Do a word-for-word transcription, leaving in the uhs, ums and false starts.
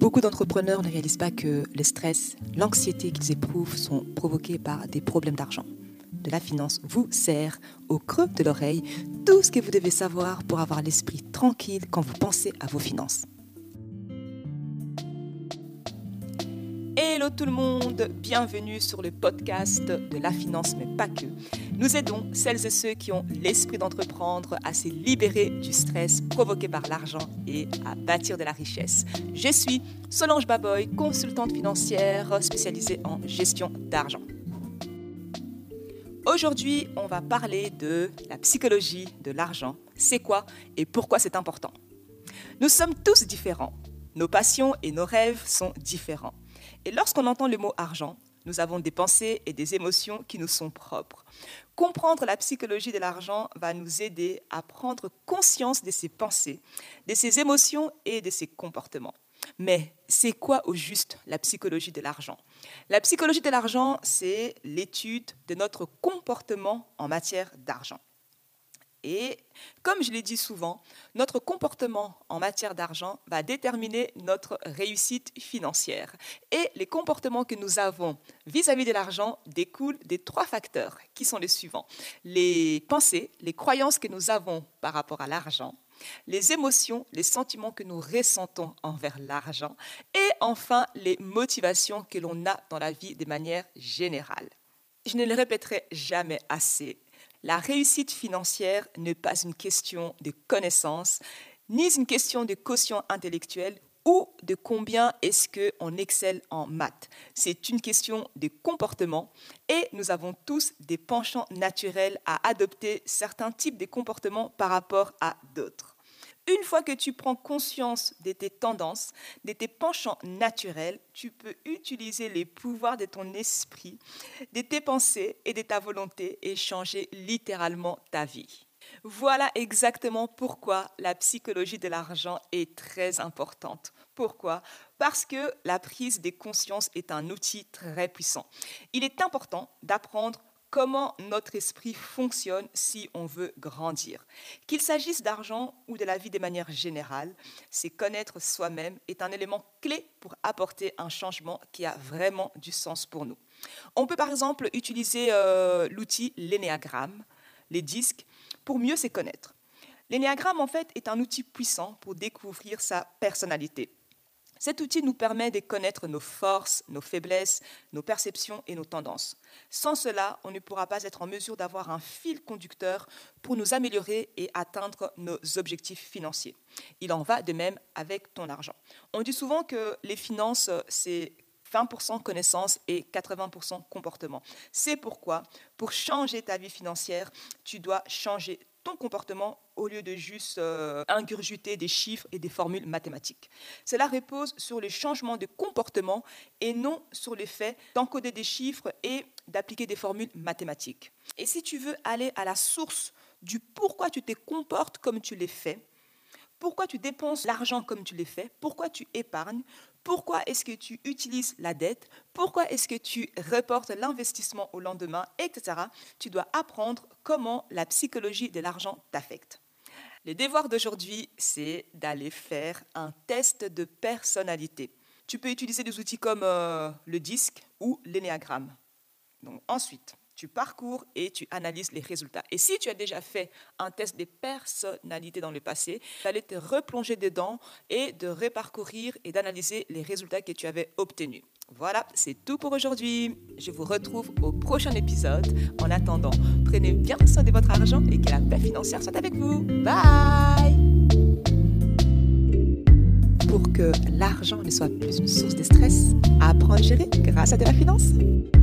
Beaucoup d'entrepreneurs ne réalisent pas que le stress, l'anxiété qu'ils éprouvent sont provoqués par des problèmes d'argent. De la finance vous sert au creux de l'oreille tout ce que vous devez savoir pour avoir l'esprit tranquille quand vous pensez à vos finances. Hello tout le monde, bienvenue sur le podcast de la finance, mais pas que. Nous aidons celles et ceux qui ont l'esprit d'entreprendre à se libérer du stress provoqué par l'argent et à bâtir de la richesse. Je suis Solange Baboy, consultante financière spécialisée en gestion d'argent. Aujourd'hui, on va parler de la psychologie de l'argent. C'est quoi et pourquoi c'est important? Nous sommes tous différents. Nos passions et nos rêves sont différents. Et lorsqu'on entend le mot argent, nous avons des pensées et des émotions qui nous sont propres. Comprendre la psychologie de l'argent va nous aider à prendre conscience de ses pensées, de ses émotions et de ses comportements. Mais c'est quoi au juste la psychologie de l'argent? La psychologie de l'argent, c'est l'étude de notre comportement en matière d'argent. Et comme je l'ai dit souvent, notre comportement en matière d'argent va déterminer notre réussite financière. Et les comportements que nous avons vis-à-vis de l'argent découlent des trois facteurs qui sont les suivants. Les pensées, les croyances que nous avons par rapport à l'argent, les émotions, les sentiments que nous ressentons envers l'argent et enfin les motivations que l'on a dans la vie de manière générale. Je ne le répéterai jamais assez. La réussite financière n'est pas une question de connaissances, ni une question de quotient intellectuel ou de combien est-ce qu'on excelle en maths. C'est une question de comportement et nous avons tous des penchants naturels à adopter certains types de comportements par rapport à d'autres. Une fois que tu prends conscience de tes tendances, de tes penchants naturels, tu peux utiliser les pouvoirs de ton esprit, de tes pensées et de ta volonté et changer littéralement ta vie. Voilà exactement pourquoi la psychologie de l'argent est très importante. Pourquoi? Parce que la prise de conscience est un outil très puissant. Il est important d'apprendre comment notre esprit fonctionne si on veut grandir. Qu'il s'agisse d'argent ou de la vie de manière générale, c'est connaître soi-même est un élément clé pour apporter un changement qui a vraiment du sens pour nous. On peut par exemple utiliser euh, l'outil l'énéagramme, les disques, pour mieux se connaître. L'énéagramme en fait est un outil puissant pour découvrir sa personnalité. Cet outil nous permet de connaître nos forces, nos faiblesses, nos perceptions et nos tendances. Sans cela, on ne pourra pas être en mesure d'avoir un fil conducteur pour nous améliorer et atteindre nos objectifs financiers. Il en va de même avec ton argent. On dit souvent que les finances, c'est vingt pour cent connaissance et quatre-vingts pour cent comportement. C'est pourquoi, pour changer ta vie financière, tu dois changer ton comportement au lieu de juste euh, ingurgiter des chiffres et des formules mathématiques. Cela repose sur le changement de comportement et non sur le fait d'encoder des chiffres et d'appliquer des formules mathématiques. Et si tu veux aller à la source du pourquoi tu te comportes comme tu l'es fait, pourquoi tu dépenses l'argent comme tu l'es fait, pourquoi tu épargnes, pourquoi est-ce que tu utilises la dette, pourquoi est-ce que tu reportes l'investissement au lendemain, et cetera. Tu dois apprendre comment la psychologie de l'argent t'affecte. Le devoir d'aujourd'hui, c'est d'aller faire un test de personnalité. Tu peux utiliser des outils comme euh, le disque ou l'énéagramme. Donc, ensuite, tu parcours et tu analyses les résultats. Et si tu as déjà fait un test de personnalité dans le passé, tu allais te replonger dedans et de reparcourir et d'analyser les résultats que tu avais obtenus. Voilà, c'est tout pour aujourd'hui. Je vous retrouve au prochain épisode. En attendant, prenez bien soin de votre argent et que la paix financière soit avec vous. Bye! Pour que l'argent ne soit plus une source de stress, apprends à gérer grâce à de la finance.